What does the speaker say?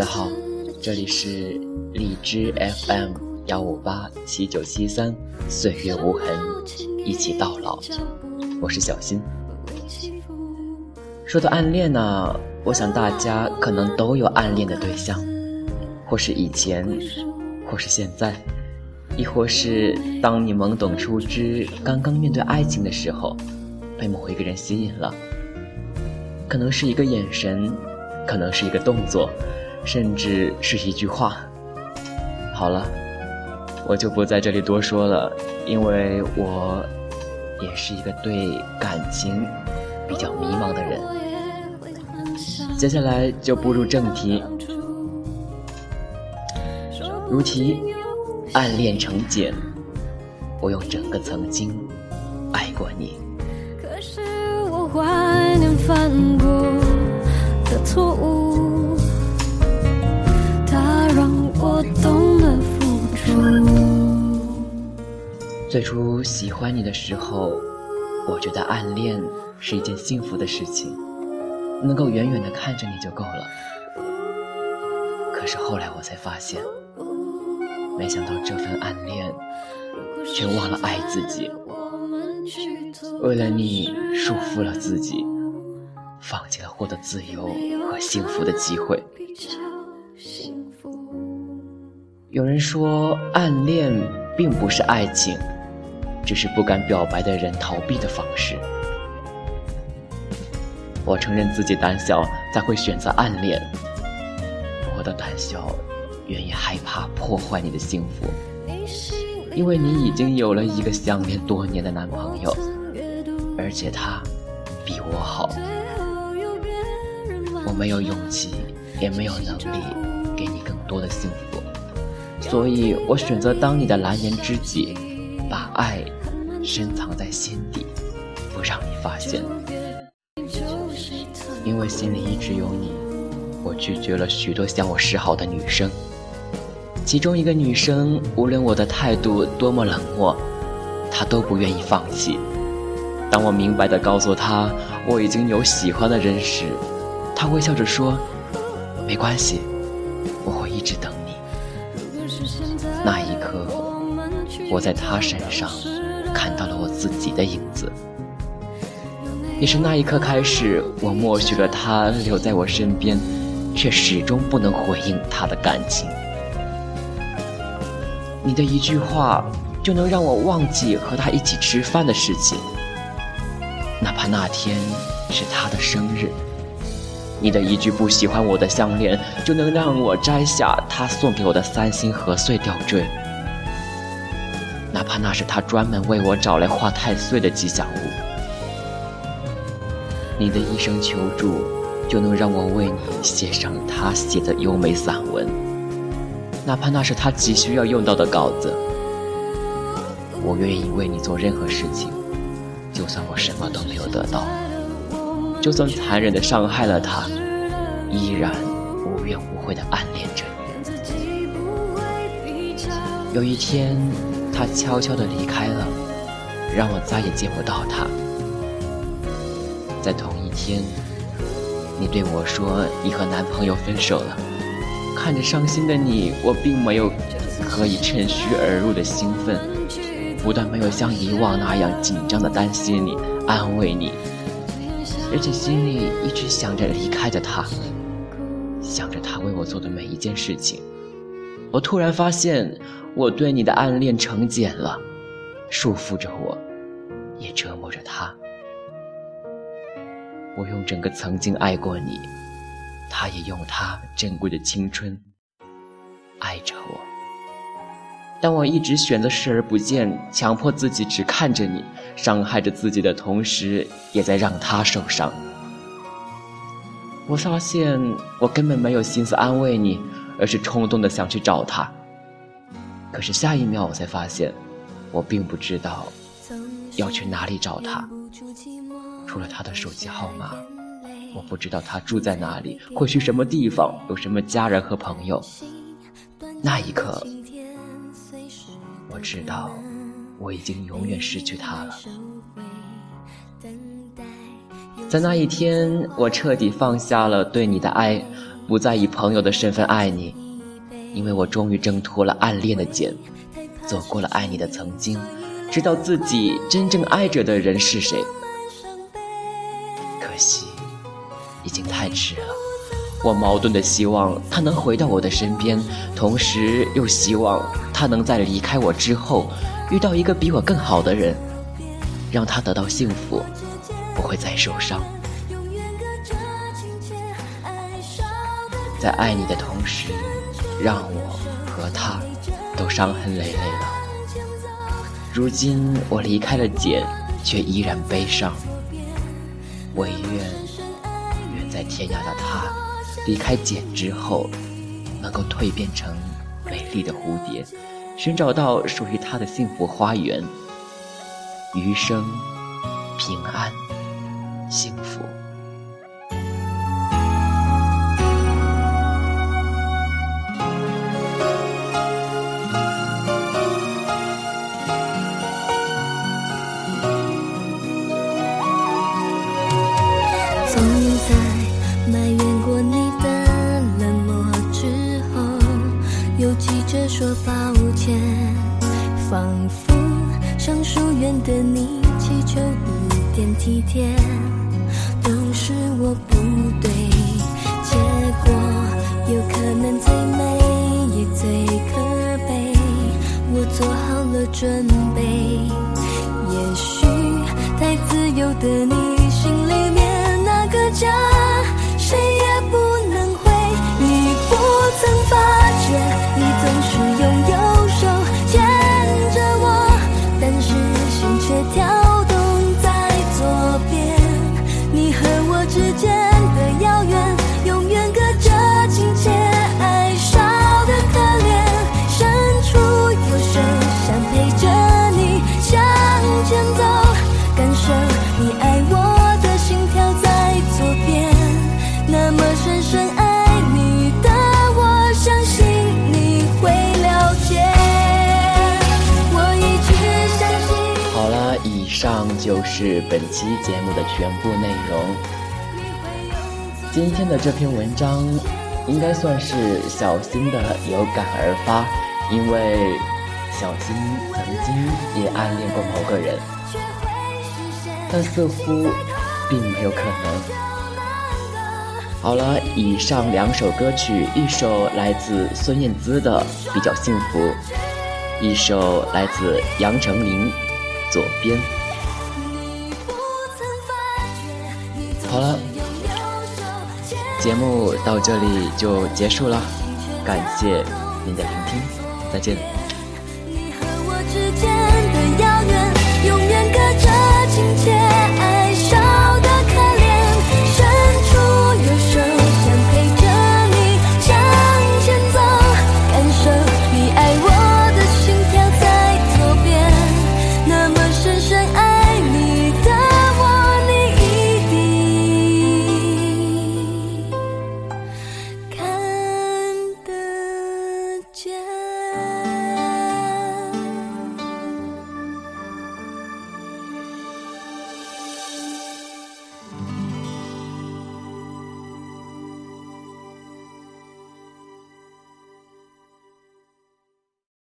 家好，这里是荔枝 FM1587973，岁月无痕，一起到老。我是小新。说到暗恋呢，我想大家可能都有暗恋的对象，或是以前，或是现在，亦或是当你懵懂初知，刚刚面对爱情的时候，被某一个人吸引了。可能是一个眼神，可能是一个动作，甚至是一句话。好了，我就不在这里多说了，因为我也是一个对感情比较迷茫的人。接下来就步入正题。如题，暗恋成茧，我用整个曾经爱过你。 可是我怀念犯过的错误，它让我懂得付出。 最初喜欢你的时候，我觉得暗恋是一件幸福的事情，能够远远地看着你就够了。可是后来我才发现，没想到这份暗恋却忘了爱自己，为了你束缚了自己，放弃了获得自由和幸福的机会。有人说暗恋并不是爱情，只是不敢表白的人逃避的方式。我承认自己胆小，才会选择暗恋。我的胆小源于害怕破坏你的幸福，因为你已经有了一个相恋多年的男朋友，而且他比我好。我没有勇气，也没有能力给你更多的幸福，所以我选择当你的蓝颜知己，把爱深藏在心底，不让你发现。因为心里一直有你，我拒绝了许多向我示好的女生。其中一个女生，无论我的态度多么冷漠，她都不愿意放弃。当我明白地告诉她我已经有喜欢的人时，她微笑着说，没关系，我会一直等你。那一刻，我在她身上看到了我自己的影子。也是那一刻开始，我默许了她留在我身边，却始终不能回应她的感情。你的一句话就能让我忘记和她一起吃饭的事情，哪怕那天是她的生日。你的一句不喜欢我的项链，就能让我摘下她送给我的3星禾穗吊坠，哪怕那是她专门为我找来画太岁的吉祥物。你的一声求助，就能让我为你写上她写的优美散文，哪怕那是她急需要用到的稿子。我愿意为你做任何事情，就算我什么都没有得到，就算残忍地伤害了她，依然无怨无悔地暗恋着你。有一天，她悄悄地离开了，让我再也见不到她。在同一天，你对我说你和男朋友分手了。看着伤心的你，我并没有可以趁虚而入的兴奋，不但没有像以往那样紧张地担心你、安慰你，而且心里一直想着离开的他，想着他为我做的每一件事情。我突然发现，我对你的暗恋成茧了，束缚着我，也折磨着他。我用整个曾经爱过你，他也用他珍贵的青春爱着我。但我一直选择视而不见，强迫自己只看着你，伤害着自己的同时，也在让他受伤。我发现我根本没有心思安慰你，而是冲动的想去找他。可是下一秒我才发现，我并不知道要去哪里找他。除了他的手机号码，我不知道他住在哪里，会去什么地方，有什么家人和朋友。那一刻，我知道我已经永远失去他了。在那一天，我彻底放下了对你的爱， 不再以朋友的身份爱你，因为我终于挣脱了暗恋的茧，走过了爱你的曾经，知道自己真正爱着的人是谁。可惜已经太迟了，我矛盾的希望他能回到我的身边，同时又希望他能在离开我之后遇到一个比我更好的人，让他得到幸福，不会再受伤。在爱你的同时，让我和他都伤痕累累了。如今我离开了茧，却依然悲伤。唯愿在天涯的他离开茧之后，能够蜕变成美丽的蝴蝶，寻找到属于他的幸福花园，余生平安幸福。 总在埋怨过你的冷漠之后，又急着说抱歉，仿佛向疏远的你祈求一点体贴，都是我不对，结果有可能最美也最可悲，我做好了准备，也许太自由的你心里面那个家，谁也不能回。你不曾发觉，你总是用右手牵着我，但是心却跳动在左边。你和我之间的遥远，永远隔着亲切，爱少的可怜，伸出右手想陪着你向前走，感受你爱我的心跳在左边，那么深深爱你的我，相信你会了解。我一直相信。 好了，以上就是本期节目的全部内容。今天的这篇文章应该算是小新的有感而发，因为小新曾经也暗恋过某个人，但似乎并没有可能。好了，以上2首歌曲，一首来自孙燕姿的《比较幸福》，一首来自杨丞琳《左边》。好了，节目到这里就结束了，感谢您的聆听，再见。